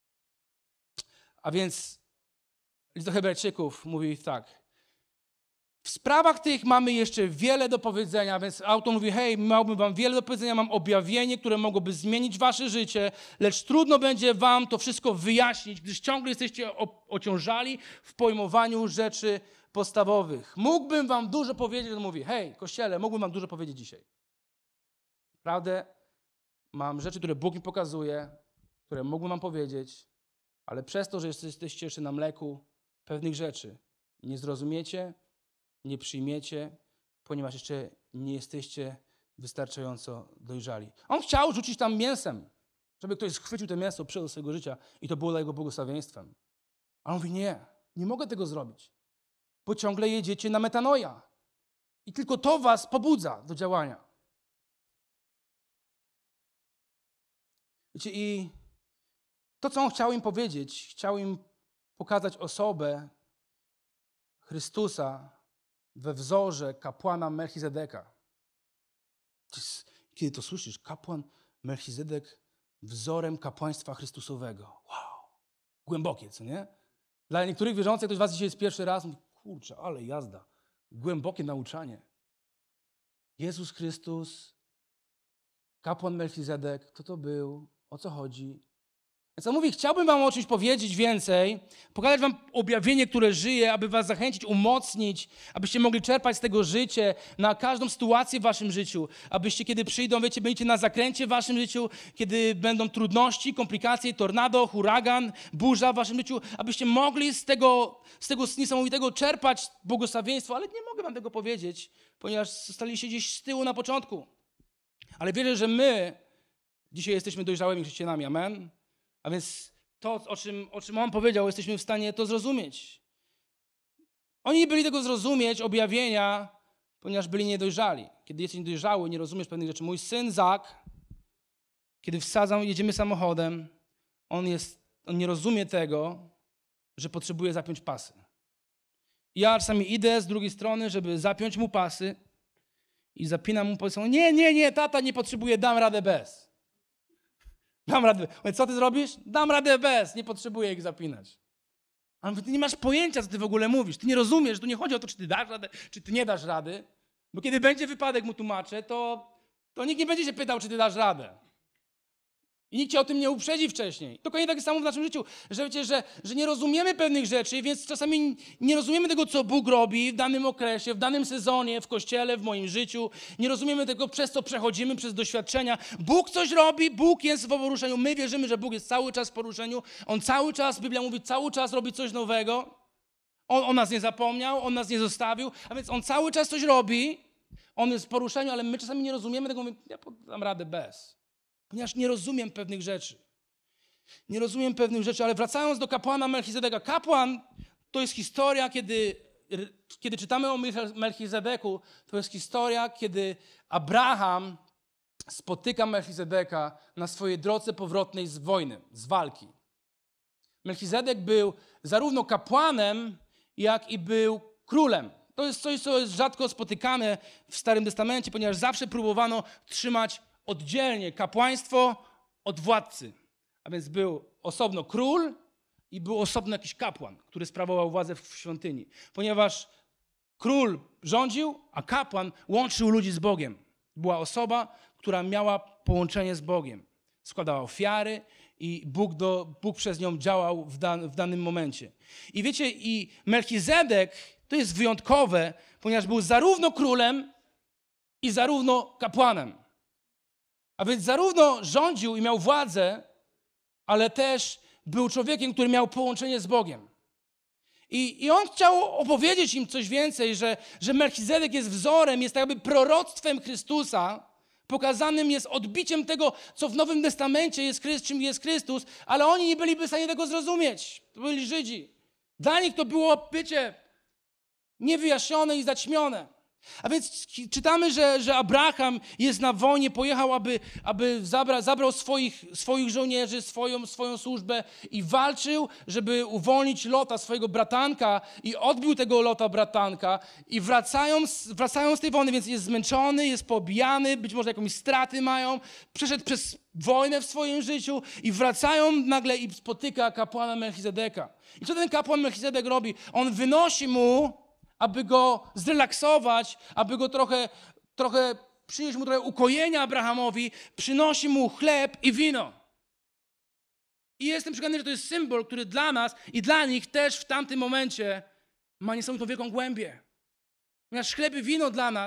A więc list do Hebrajczyków mówi tak. W sprawach tych mamy jeszcze wiele do powiedzenia, więc autor mówi, hej, miałbym wam wiele do powiedzenia, mam objawienie, które mogłoby zmienić wasze życie, lecz trudno będzie wam to wszystko wyjaśnić, gdyż ciągle jesteście ociążali w pojmowaniu rzeczy podstawowych. Mógłbym wam dużo powiedzieć, on mówi, hej, Kościele, mógłbym wam dużo powiedzieć dzisiaj. Naprawdę mam rzeczy, które Bóg mi pokazuje, które mógłbym wam powiedzieć, ale przez to, że jesteście jeszcze na mleku pewnych rzeczy, nie zrozumiecie, nie przyjmiecie, ponieważ jeszcze nie jesteście wystarczająco dojrzali. On chciał rzucić tam mięsem, żeby ktoś schwycił to mięso, przyjął do swojego życia i to było dla jego błogosławieństwem. A on mówi, nie, nie mogę tego zrobić, bo ciągle jedziecie na metanoja. I tylko to was pobudza do działania. Wiecie, i to, co on chciał im powiedzieć, chciał im pokazać osobę Chrystusa we wzorze kapłana Melchizedeka. Kiedy to słyszysz, kapłan Melchizedek wzorem kapłaństwa Chrystusowego. Wow, głębokie, co nie? Dla niektórych wierzących, ktoś z was dzisiaj jest pierwszy raz, mówi, kurczę, ale jazda. Głębokie nauczanie. Jezus Chrystus, kapłan Melchizedek, kto to był, o co chodzi? Więc on mówi, chciałbym wam o czymś powiedzieć więcej, pokazać wam objawienie, które żyje, aby was zachęcić, umocnić, abyście mogli czerpać z tego życie na każdą sytuację w waszym życiu, abyście, kiedy przyjdą, wiecie, będziecie na zakręcie w waszym życiu, kiedy będą trudności, komplikacje, tornado, huragan, burza w waszym życiu, abyście mogli z tego, z tego niesamowitego czerpać błogosławieństwo, ale nie mogę wam tego powiedzieć, ponieważ staliście gdzieś z tyłu na początku. Ale wierzę, że my dzisiaj jesteśmy dojrzałymi chrześcijanami, amen? A więc to, o czym, o czym on powiedział, jesteśmy w stanie to zrozumieć. Oni nie byli tego zrozumieć, objawienia, ponieważ byli niedojrzali. Kiedy jesteś niedojrzały, nie rozumiesz pewnych rzeczy. Mój syn Zak, kiedy wsadzam, jedziemy samochodem, on, jest, on nie rozumie tego, że potrzebuje zapiąć pasy. Ja czasami idę z drugiej strony, żeby zapiąć mu pasy i zapinam mu pasy. Nie, nie, nie, tata nie potrzebuje, dam radę bez. Dam radę. Mówię, co ty zrobisz? Dam radę bez, nie potrzebuję ich zapinać. A on mówi, ty nie masz pojęcia, co ty w ogóle mówisz. Ty nie rozumiesz, tu nie chodzi o to, czy ty dasz radę, czy ty nie dasz rady. Bo kiedy będzie wypadek, mu tłumaczę, to, to nikt nie będzie się pytał, czy ty dasz radę. I nikt cię o tym nie uprzedzi wcześniej. Dokładnie tak samo w naszym życiu, że wiecie, że, że nie rozumiemy pewnych rzeczy, więc czasami nie rozumiemy tego, co Bóg robi w danym okresie, w danym sezonie, w kościele, w moim życiu. Nie rozumiemy tego, przez co przechodzimy, przez doświadczenia. Bóg coś robi, Bóg jest w poruszeniu. My wierzymy, że Bóg jest cały czas w poruszeniu. On cały czas, Biblia mówi, cały czas robi coś nowego. On o nas nie zapomniał, On nas nie zostawił, a więc On cały czas coś robi. On jest w poruszeniu, ale my czasami nie rozumiemy tego, mówimy, ja dam radę bez. Ponieważ nie rozumiem pewnych rzeczy. Nie rozumiem pewnych rzeczy, ale wracając do kapłana Melchizedeka. Kapłan to jest historia, kiedy, kiedy czytamy o Melchizedeku, to jest historia, kiedy Abraham spotyka Melchizedeka na swojej drodze powrotnej z wojny, z walki. Melchizedek był zarówno kapłanem, jak i był królem. To jest coś, co jest rzadko spotykane w Starym Testamencie, ponieważ zawsze próbowano trzymać oddzielnie kapłaństwo od władcy. A więc był osobno król i był osobno jakiś kapłan, który sprawował władzę w świątyni. Ponieważ król rządził, a kapłan łączył ludzi z Bogiem. Była osoba, która miała połączenie z Bogiem. Składała ofiary i Bóg, do, Bóg przez nią działał w, dan, w danym momencie. I wiecie, i Melchizedek to jest wyjątkowe, ponieważ był zarówno królem i zarówno kapłanem. A więc zarówno rządził i miał władzę, ale też był człowiekiem, który miał połączenie z Bogiem. I, i on chciał opowiedzieć im coś więcej, że, że Melchizedek jest wzorem, jest jakby proroctwem Chrystusa, pokazanym jest odbiciem tego, co w Nowym Testamencie jest, czym jest Chrystus, ale oni nie byliby w stanie tego zrozumieć. To byli Żydzi. Dla nich to było, wiecie, niewyjaśnione i zaćmione. A więc czytamy, że, że Abraham jest na wojnie, pojechał, aby, aby zabra, zabrał swoich, swoich żołnierzy, swoją, swoją służbę i walczył, żeby uwolnić Lota, swojego bratanka, i odbił tego Lota bratanka i wracają, wracają z tej wojny, więc jest zmęczony, jest pobijany, być może jakąś straty mają, przeszedł przez wojnę w swoim życiu i wracają nagle i spotyka kapłana Melchizedeka. I co ten kapłan Melchizedek robi? On wynosi mu, aby go zrelaksować, aby go trochę, trochę przynieść mu trochę ukojenia Abrahamowi, przynosi mu chleb i wino. I jestem przekonany, że to jest symbol, który dla nas i dla nich też w tamtym momencie ma niesamowitą wielką głębię. Ponieważ chleb i wino dla nas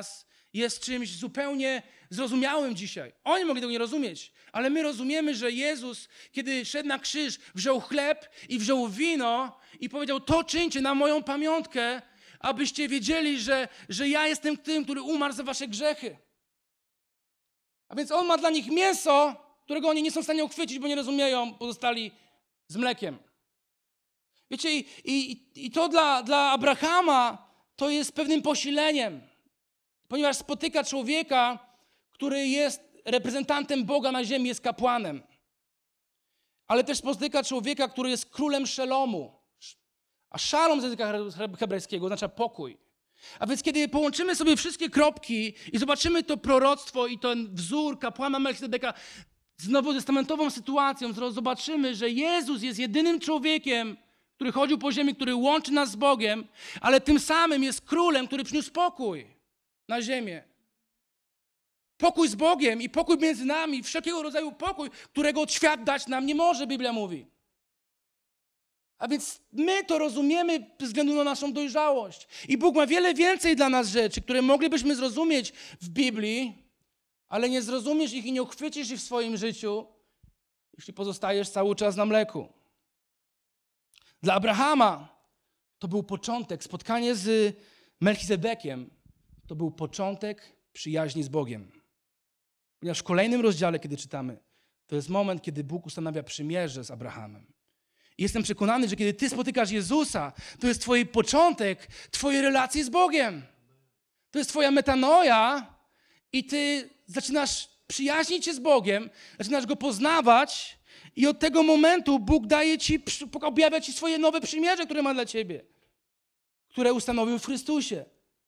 jest czymś zupełnie zrozumiałym dzisiaj. Oni mogli tego nie rozumieć, ale my rozumiemy, że Jezus, kiedy szedł na krzyż, wziął chleb i wziął wino i powiedział, to czyńcie na moją pamiątkę, abyście wiedzieli, że, że ja jestem tym, który umarł za wasze grzechy. A więc On ma dla nich mięso, którego oni nie są w stanie uchwycić, bo nie rozumieją, pozostali z mlekiem. Wiecie, i, i, i to dla, dla Abrahama to jest pewnym posileniem, ponieważ spotyka człowieka, który jest reprezentantem Boga na ziemi, jest kapłanem. Ale też spotyka człowieka, który jest królem Szelomu. A szalom z języka hebrajskiego oznacza pokój. A więc kiedy połączymy sobie wszystkie kropki i zobaczymy to proroctwo i ten wzór kapłana Melchizedeka z nowotestamentową sytuacją, zobaczymy, że Jezus jest jedynym człowiekiem, który chodził po ziemi, który łączy nas z Bogiem, ale tym samym jest królem, który przyniósł pokój na ziemię. Pokój z Bogiem i pokój między nami, wszelkiego rodzaju pokój, którego świat dać nam nie może, Biblia mówi. A więc my to rozumiemy ze względu na naszą dojrzałość. I Bóg ma wiele więcej dla nas rzeczy, które moglibyśmy zrozumieć w Biblii, ale nie zrozumiesz ich i nie uchwycisz ich w swoim życiu, jeśli pozostajesz cały czas na mleku. Dla Abrahama to był początek, spotkanie z Melchizedekiem, to był początek przyjaźni z Bogiem. Ponieważ w kolejnym rozdziale, kiedy czytamy, to jest moment, kiedy Bóg ustanawia przymierze z Abrahamem. I jestem przekonany, że kiedy ty spotykasz Jezusa, to jest twój początek twojej relacji z Bogiem. To jest twoja metanoja i ty zaczynasz przyjaźnić się z Bogiem, zaczynasz Go poznawać i od tego momentu Bóg daje ci, objawia ci swoje nowe przymierze, które ma dla ciebie, które ustanowił w Chrystusie.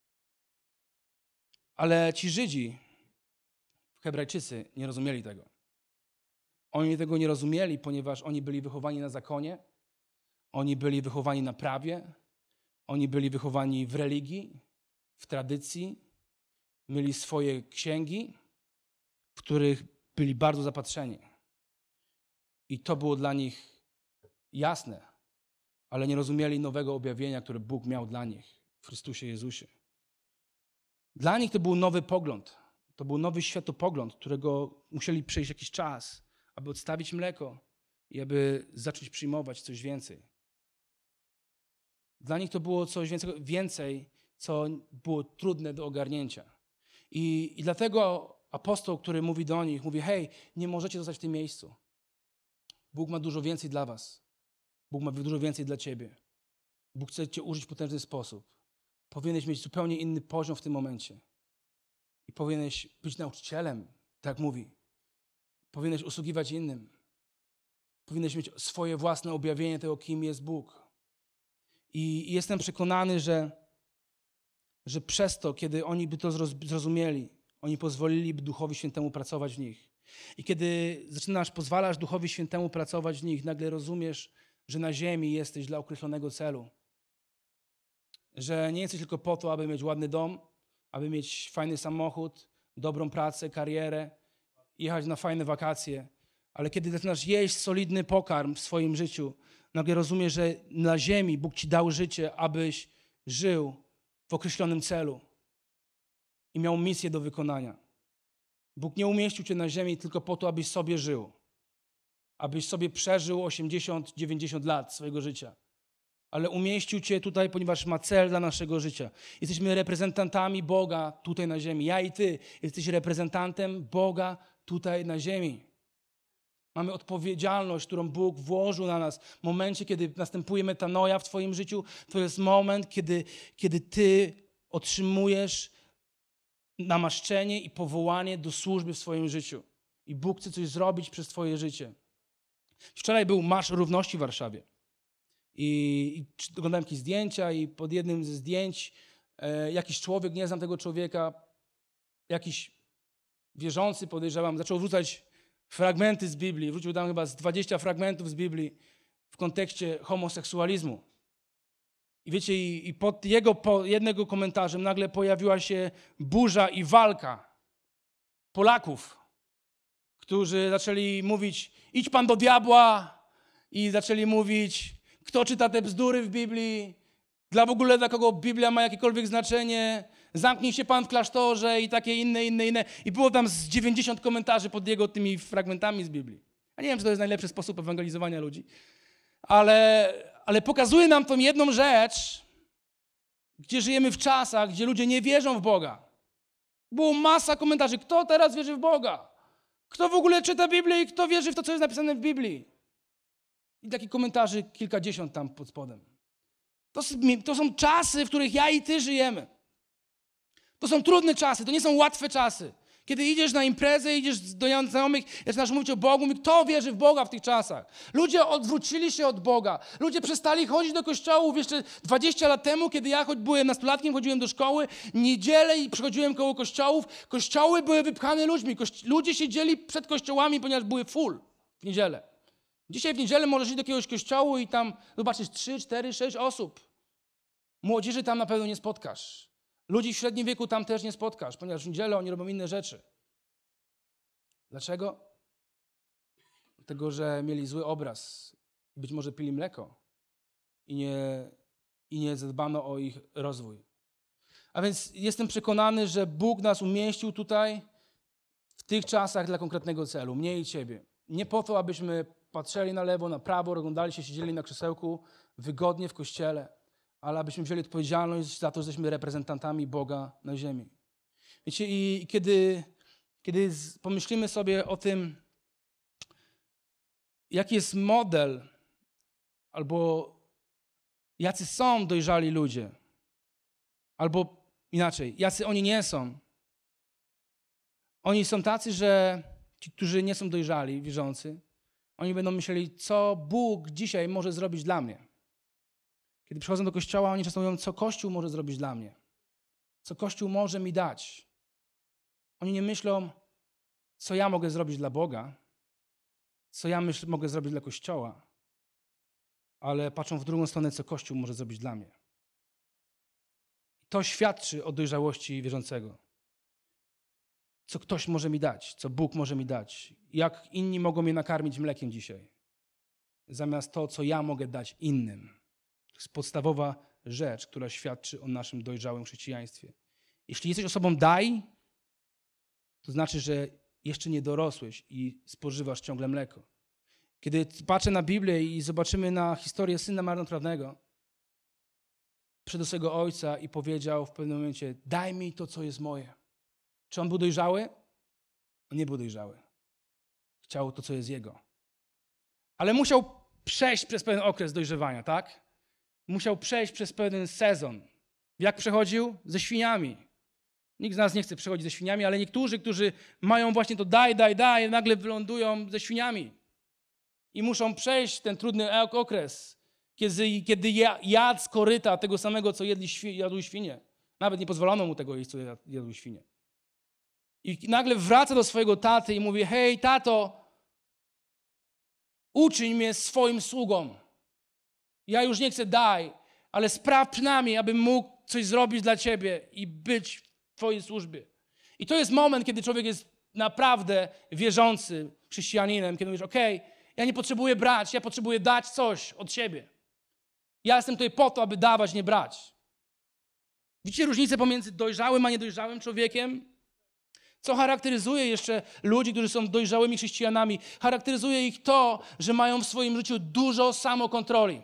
Ale ci Żydzi, Hebrajczycy, nie rozumieli tego. Oni tego nie rozumieli, ponieważ oni byli wychowani na zakonie, oni byli wychowani na prawie, oni byli wychowani w religii, w tradycji, mieli swoje księgi, w których byli bardzo zapatrzeni. I to było dla nich jasne, ale nie rozumieli nowego objawienia, które Bóg miał dla nich w Chrystusie Jezusie. Dla nich to był nowy pogląd, to był nowy światopogląd, którego musieli przejść jakiś czas, aby odstawić mleko i aby zacząć przyjmować coś więcej. Dla nich to było coś więcej, więcej co było trudne do ogarnięcia. I, I dlatego apostoł, który mówi do nich, mówi, hej, nie możecie zostać w tym miejscu. Bóg ma dużo więcej dla was. Bóg ma dużo więcej dla ciebie. Bóg chce cię użyć w potężny sposób. Powinieneś mieć zupełnie inny poziom w tym momencie. I powinieneś być nauczycielem, tak mówi. Powinieneś usługiwać innym. Powinieneś mieć swoje własne objawienie tego, kim jest Bóg. I, i jestem przekonany, że, że przez to, kiedy oni by to zrozumieli, oni pozwoliliby Duchowi Świętemu pracować w nich. I kiedy zaczynasz, pozwalasz Duchowi Świętemu pracować w nich, nagle rozumiesz, że na ziemi jesteś dla określonego celu. Że nie jesteś tylko po to, aby mieć ładny dom, aby mieć fajny samochód, dobrą pracę, karierę, jechać na fajne wakacje. Ale kiedy zaczynasz jeść solidny pokarm w swoim życiu, nagle rozumiesz, że na ziemi Bóg ci dał życie, abyś żył w określonym celu i miał misję do wykonania. Bóg nie umieścił cię na ziemi tylko po to, abyś sobie żył. Abyś sobie przeżył osiemdziesiąt dziewięćdziesiąt lat swojego życia. Ale umieścił cię tutaj, ponieważ ma cel dla naszego życia. Jesteśmy reprezentantami Boga tutaj na ziemi. Ja i ty jesteś reprezentantem Boga tutaj na ziemi. Mamy odpowiedzialność, którą Bóg włożył na nas. W momencie, kiedy następuje metanoja w twoim życiu, to jest moment, kiedy, kiedy ty otrzymujesz namaszczenie i powołanie do służby w swoim życiu. I Bóg chce coś zrobić przez twoje życie. Wczoraj był Marsz Równości w Warszawie. I, i oglądałem jakieś zdjęcia i pod jednym ze zdjęć e, jakiś człowiek, nie znam tego człowieka, jakiś wierzący, podejrzewam, zaczął wrzucać fragmenty z Biblii. Wrzucił tam chyba z dwadzieścia fragmentów z Biblii w kontekście homoseksualizmu. I wiecie, i, i pod jego po jednego komentarzem nagle pojawiła się burza i walka Polaków, którzy zaczęli mówić, idź pan do diabła, i zaczęli mówić, kto czyta te bzdury w Biblii, dla w ogóle dla kogo Biblia ma jakiekolwiek znaczenie, Zamknij się pan w klasztorze i takie inne, inne, inne. I było tam z dziewięćdziesiąt komentarzy pod jego tymi fragmentami z Biblii. Ja nie wiem, czy to jest najlepszy sposób ewangelizowania ludzi, ale, ale pokazuje nam tą jedną rzecz, gdzie żyjemy w czasach, gdzie ludzie nie wierzą w Boga. Było masa komentarzy. Kto teraz wierzy w Boga? Kto w ogóle czyta Biblię i kto wierzy w to, co jest napisane w Biblii? I takich komentarzy kilkadziesiąt tam pod spodem. To, to są czasy, w których ja i ty żyjemy. To są trudne czasy, to nie są łatwe czasy. Kiedy idziesz na imprezę, idziesz do znajomych, zaczynasz mówić o Bogu, mówi, kto wierzy w Boga w tych czasach? Ludzie odwrócili się od Boga. Ludzie przestali chodzić do kościołów jeszcze dwadzieścia lat temu, kiedy ja choć byłem nastolatkiem, chodziłem do szkoły, niedzielę i przychodziłem koło kościołów. Kościoły były wypchane ludźmi. Kości- ludzie siedzieli przed kościołami, ponieważ były full w niedzielę. Dzisiaj w niedzielę możesz iść do jakiegoś kościołu i tam zobaczysz trzy, cztery, sześć osób. Młodzieży tam na pewno nie spotkasz. Ludzi w średnim wieku tam też nie spotkasz, ponieważ w niedzielę oni robią inne rzeczy. Dlaczego? Dlatego, że mieli zły obraz. Być może pili mleko i nie, i nie zadbano o ich rozwój. A więc jestem przekonany, że Bóg nas umieścił tutaj w tych czasach dla konkretnego celu, mnie i ciebie. Nie po to, abyśmy patrzyli na lewo, na prawo, rozglądali się, siedzieli na krzesełku wygodnie w kościele, ale abyśmy wzięli odpowiedzialność za to, że jesteśmy reprezentantami Boga na ziemi. Wiecie, i kiedy, kiedy pomyślimy sobie o tym, jaki jest model, albo jacy są dojrzali ludzie, albo inaczej, jacy oni nie są. Oni są tacy, że ci, którzy nie są dojrzali, wierzący, oni będą myśleli, co Bóg dzisiaj może zrobić dla mnie. Kiedy przychodzą do kościoła, oni często mówią, co Kościół może zrobić dla mnie. Co Kościół może mi dać. Oni nie myślą, co ja mogę zrobić dla Boga, co ja myśl, mogę zrobić dla Kościoła, ale patrzą w drugą stronę, co Kościół może zrobić dla mnie. To świadczy o dojrzałości wierzącego. Co ktoś może mi dać, co Bóg może mi dać. Jak inni mogą mnie nakarmić mlekiem dzisiaj, zamiast to, co ja mogę dać innym. To jest podstawowa rzecz, która świadczy o naszym dojrzałym chrześcijaństwie. Jeśli jesteś osobą daj, to znaczy, że jeszcze nie dorosłeś i spożywasz ciągle mleko. Kiedy patrzę na Biblię i zobaczymy na historię syna marnotrawnego, przyszedł do swego ojca i powiedział w pewnym momencie, daj mi to, co jest moje. Czy on był dojrzały? On nie był dojrzały. Chciał to, co jest jego. Ale musiał przejść przez pewien okres dojrzewania, tak? Musiał przejść przez pewien sezon. Jak przechodził? Ze świniami. Nikt z nas nie chce przechodzić ze świniami, ale niektórzy, którzy mają właśnie to daj, daj, daj, nagle wylądują ze świniami. I muszą przejść ten trudny okres, kiedy, kiedy jadł z koryta tego samego, co jedli świ, jadły świnie. Nawet nie pozwolono mu tego jeść, co jadły świnie. I nagle wraca do swojego taty i mówi, hej, tato, uczyń mnie swoim sługą. Ja już nie chcę daj, ale spraw przynajmniej, abym mógł coś zrobić dla ciebie i być w twojej służbie. I to jest moment, kiedy człowiek jest naprawdę wierzący chrześcijaninem, kiedy mówisz, okej, okay, ja nie potrzebuję brać, ja potrzebuję dać coś od siebie. Ja jestem tutaj po to, aby dawać, nie brać. Widzicie różnicę pomiędzy dojrzałym a niedojrzałym człowiekiem? Co charakteryzuje jeszcze ludzi, którzy są dojrzałymi chrześcijanami? Charakteryzuje ich to, że mają w swoim życiu dużo samokontroli.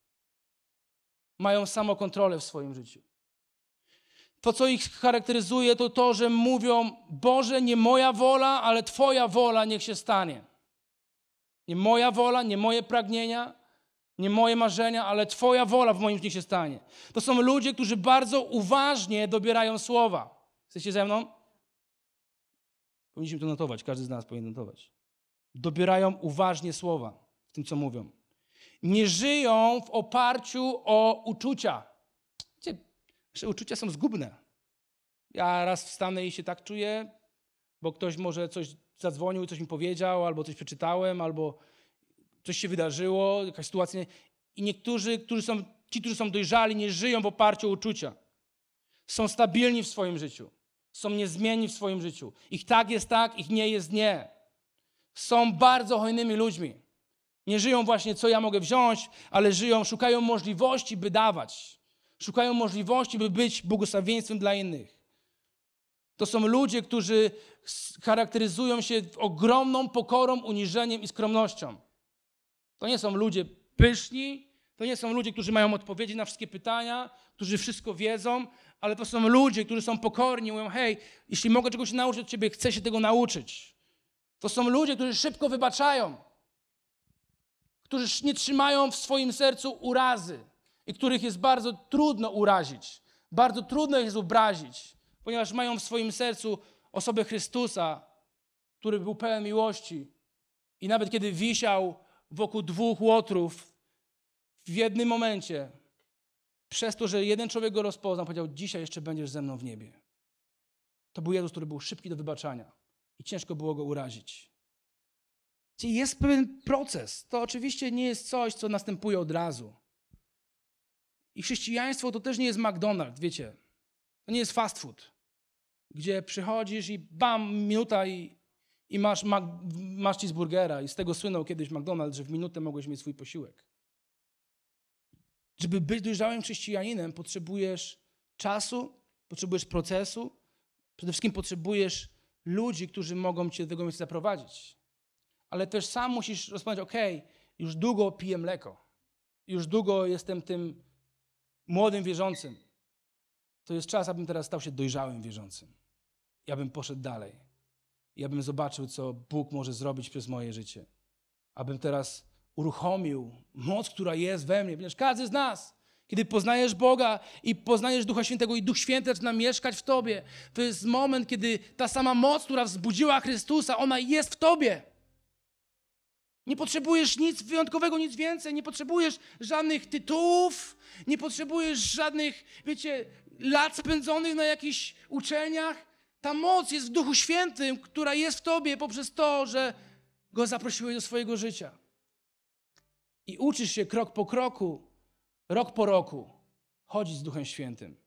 Mają samokontrolę w swoim życiu. To, co ich charakteryzuje, to to, że mówią, Boże, nie moja wola, ale Twoja wola niech się stanie. Nie moja wola, nie moje pragnienia, nie moje marzenia, ale Twoja wola w moim życiu się stanie. To są ludzie, którzy bardzo uważnie dobierają słowa. Jesteście ze mną? Powinniśmy to notować, każdy z nas powinien notować. Dobierają uważnie słowa w tym, co mówią. Nie żyją w oparciu o uczucia. Wiecie, nasze uczucia są zgubne. Ja raz wstanę i się tak czuję, bo ktoś może coś zadzwonił i coś mi powiedział, albo coś przeczytałem, albo coś się wydarzyło, jakaś sytuacja. I niektórzy, którzy są, ci, którzy są dojrzali, nie żyją w oparciu o uczucia. Są stabilni w swoim życiu. Są niezmienni w swoim życiu. Ich tak jest tak, ich nie jest nie. Są bardzo hojnymi ludźmi. Nie żyją właśnie, co ja mogę wziąć, ale żyją, szukają możliwości, by dawać. Szukają możliwości, by być błogosławieństwem dla innych. To są ludzie, którzy charakteryzują się ogromną pokorą, uniżeniem i skromnością. To nie są ludzie pyszni, to nie są ludzie, którzy mają odpowiedzi na wszystkie pytania, którzy wszystko wiedzą, ale to są ludzie, którzy są pokorni, mówią, hej, jeśli mogę czegoś nauczyć od ciebie, chcę się tego nauczyć. To są ludzie, którzy szybko wybaczają, którzy nie trzymają w swoim sercu urazy i których jest bardzo trudno urazić, bardzo trudno ich jest obrazić, ponieważ mają w swoim sercu osobę Chrystusa, który był pełen miłości i nawet kiedy wisiał wokół dwóch łotrów, w jednym momencie, przez to, że jeden człowiek go rozpoznał, powiedział, dzisiaj jeszcze będziesz ze mną w niebie. To był Jezus, który był szybki do wybaczania i ciężko było go urazić. Czyli jest pewien proces. To oczywiście nie jest coś, co następuje od razu. I chrześcijaństwo to też nie jest McDonald's, wiecie. To nie jest fast food, gdzie przychodzisz i bam, minuta i, i masz, ma, masz cheeseburgera. I z tego słynął kiedyś McDonald's, że w minutę mogłeś mieć swój posiłek. Żeby być dojrzałym chrześcijaninem, potrzebujesz czasu, potrzebujesz procesu, przede wszystkim potrzebujesz ludzi, którzy mogą cię do tego miejsca zaprowadzić. Ale też sam musisz rozpocząć, okej, już długo piję mleko, już długo jestem tym młodym wierzącym. To jest czas, abym teraz stał się dojrzałym wierzącym. Ja bym poszedł dalej. Ja bym zobaczył, co Bóg może zrobić przez moje życie. Abym teraz uruchomił moc, która jest we mnie. Ponieważ każdy z nas, kiedy poznajesz Boga i poznajesz Ducha Świętego i Duch Święty zaczyna mieszkać w tobie, to jest moment, kiedy ta sama moc, która wzbudziła Chrystusa, ona jest w tobie. Nie potrzebujesz nic wyjątkowego, nic więcej. Nie potrzebujesz żadnych tytułów, nie potrzebujesz żadnych, wiecie, lat spędzonych na jakichś uczelniach. Ta moc jest w Duchu Świętym, która jest w tobie poprzez to, że Go zaprosiłeś do swojego życia. I uczysz się krok po kroku, rok po roku chodzić z Duchem Świętym.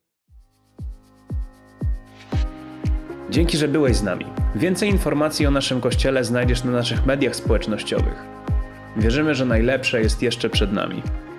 Dzięki, że byłeś z nami. Więcej informacji o naszym Kościele znajdziesz na naszych mediach społecznościowych. Wierzymy, że najlepsze jest jeszcze przed nami.